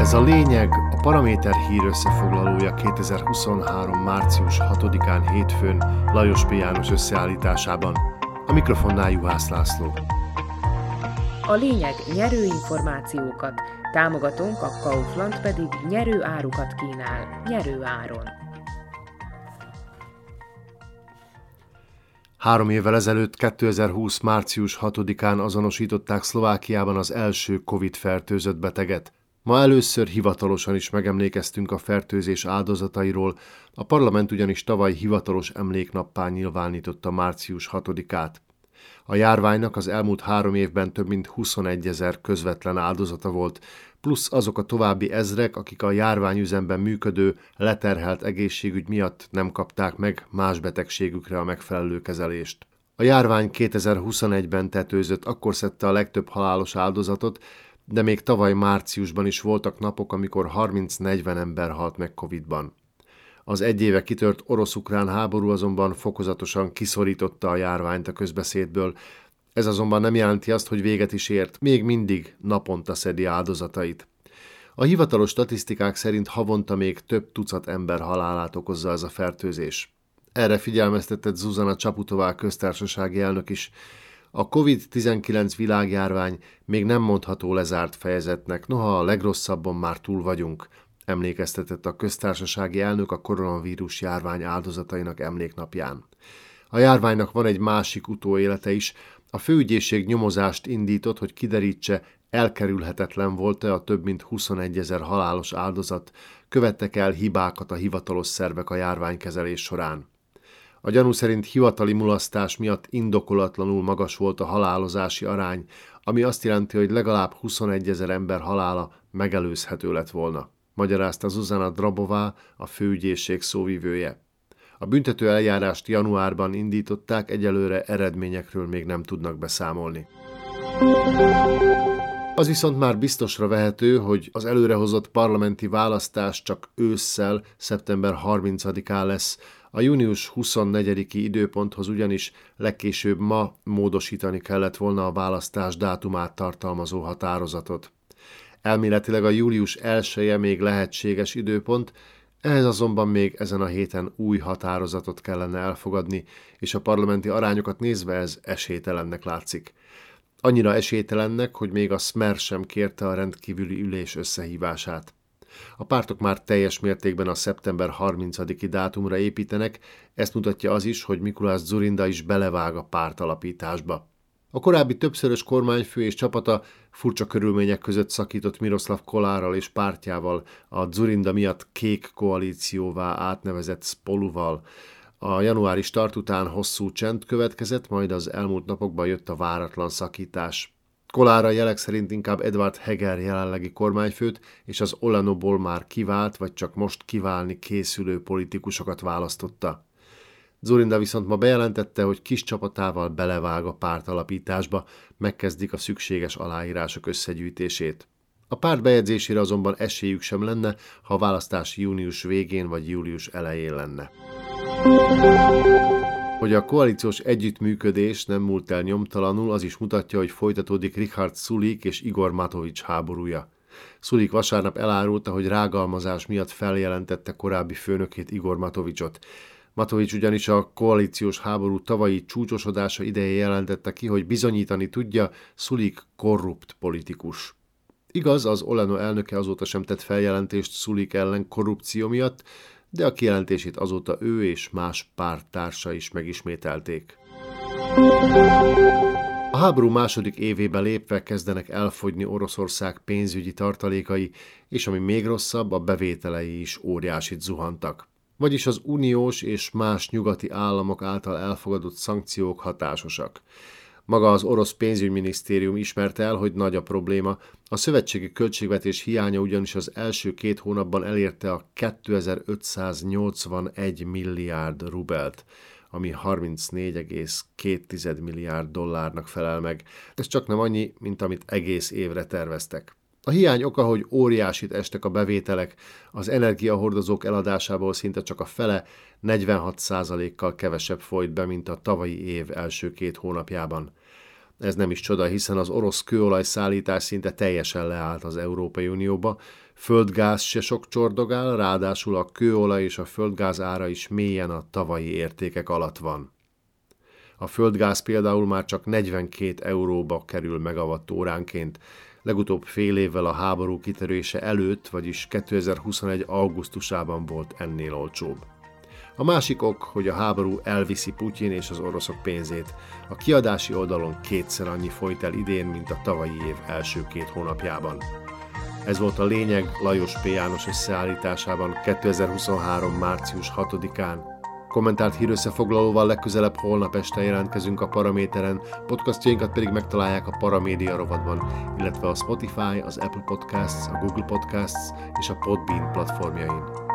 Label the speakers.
Speaker 1: Ez a lényeg, a Paraméter hír összefoglalója 2023. március 6-án hétfőn Lajos P. János összeállításában. A mikrofonnál Juhász László.
Speaker 2: A lényeg nyerő információkat, támogatónk a Kaufland pedig nyerő árukat kínál, nyerő áron.
Speaker 1: 3 évvel ezelőtt, 2020. március 6-án azonosították Szlovákiában az első Covid-fertőzött beteget. Ma először hivatalosan is megemlékeztünk a fertőzés áldozatairól, a parlament ugyanis tavaly hivatalos emléknappá nyilvánította március 6-át. A járványnak az elmúlt 3 évben több mint 21 000 közvetlen áldozata volt, plusz azok a további ezrek, akik a járványüzemben működő, leterhelt egészségügy miatt nem kapták meg más betegségükre a megfelelő kezelést. A járvány 2021-ben tetőzött, akkor szedte a legtöbb halálos áldozatot, de még tavaly márciusban is voltak napok, amikor 30-40 ember halt meg Covid-ban. Az egy éve kitört orosz-ukrán háború azonban fokozatosan kiszorította a járványt a közbeszédből. Ez azonban nem jelenti azt, hogy véget is ért, még mindig naponta szedi áldozatait. A hivatalos statisztikák szerint havonta még több tucat ember halálát okozza ez a fertőzés. Erre figyelmeztetett Zuzana Csaputová köztársasági elnök is. A Covid-19 világjárvány még nem mondható lezárt fejezetnek, noha a legrosszabban már túl vagyunk, emlékeztetett a köztársasági elnök a koronavírus járvány áldozatainak emléknapján. A járványnak van egy másik utóélete is. A főügyészség nyomozást indított, hogy kiderítse, elkerülhetetlen volt-e a több mint 21 000 halálos áldozat, követtek el hibákat a hivatalos szervek a járványkezelés során. A gyanú szerint hivatali mulasztás miatt indokolatlanul magas volt a halálozási arány, ami azt jelenti, hogy legalább 21 000 ember halála megelőzhető lett volna, magyarázta Zuzana Drabová, a főügyészség szóvivője. A büntető eljárást januárban indították, egyelőre eredményekről még nem tudnak beszámolni. Az viszont már biztosra vehető, hogy az előrehozott parlamenti választás csak ősszel, szeptember 30-án lesz. A június 24-i időponthoz ugyanis legkésőbb ma módosítani kellett volna a választás dátumát tartalmazó határozatot. Elméletileg a július 1-e még lehetséges időpont, ehhez azonban még ezen a héten új határozatot kellene elfogadni, és a parlamenti arányokat nézve ez esélytelennek látszik. Annyira esélytelennek, hogy még a Smer sem kérte a rendkívüli ülés összehívását. A pártok már teljes mértékben a szeptember 30-i dátumra építenek, ezt mutatja az is, hogy Mikuláš Dzurinda is belevág a pártalapításba. A korábbi többszörös kormányfő és csapata furcsa körülmények között szakított Miroslav Kolárral és pártjával, a Dzurinda miatt kék koalícióvá átnevezett Spoluval. A januári start után hosszú csend következett, majd az elmúlt napokban jött a váratlan szakítás. Kolára jelek szerint inkább Edvard Heger jelenlegi kormányfőt és az Olanoból már kivált, vagy csak most kiválni készülő politikusokat választotta. Dzurinda viszont ma bejelentette, hogy kis csapatával belevág a pártalapításba, megkezdik a szükséges aláírások összegyűjtését. A párt bejegyzésére azonban esélyük sem lenne, ha a választás június végén vagy július elején lenne. Hogy a koalíciós együttműködés nem múlt el nyomtalanul, az is mutatja, hogy folytatódik Richard Sulik és Igor Matovič háborúja. Sulik vasárnap elárulta, hogy rágalmazás miatt feljelentette korábbi főnökét, Igor Matovičot. Matovič ugyanis a koalíciós háború tavalyi csúcsosodása idején jelentette ki, hogy bizonyítani tudja, Sulik korrupt politikus. Igaz, az Olano elnöke azóta sem tett feljelentést Sulik ellen korrupció miatt, de a kijelentését azóta ő és más párttársa is megismételték. A háború második évébe lépve kezdenek elfogyni Oroszország pénzügyi tartalékai, és ami még rosszabb, a bevételei is óriásit zuhantak. Vagyis az uniós és más nyugati államok által elfogadott szankciók hatásosak. Maga az orosz pénzügyminisztérium ismerte el, hogy nagy a probléma, a szövetségi költségvetés hiánya ugyanis az első 2 hónapban elérte a 2581 milliárd rubelt, ami 34,2 milliárd dollárnak felel meg. Ez csak nem annyi, mint amit egész évre terveztek. A hiány oka, hogy óriásit estek a bevételek, az energiahordozók eladásából szinte csak a fele, 46%-kal kevesebb folyt be, mint a tavalyi év első 2 hónapjában. Ez nem is csoda, hiszen az orosz kőolaj szállítás szinte teljesen leállt az Európai Unióba, Földgáz se sok csordogál, ráadásul a kőolaj és a földgáz ára is mélyen a tavalyi értékek alatt van. A földgáz például már csak 42 euróba kerül megawattóránként, legutóbb fél évvel a háború kitörése előtt, vagyis 2021. augusztusában volt ennél olcsóbb. A másik ok, hogy a háború elviszi Putyin és az oroszok pénzét. A kiadási oldalon kétszer annyi folyt el idén, mint a tavalyi év első 2 hónapjában. Ez volt a lényeg Lajos P. János összeállításában 2023. március 6-án. Kommentált hírösszefoglalóval legközelebb holnap este jelentkezünk a Paraméteren, podcastjainkat pedig megtalálják a Paramédia rovatban, illetve a Spotify, az Apple Podcasts, a Google Podcasts és a Podbean platformjain.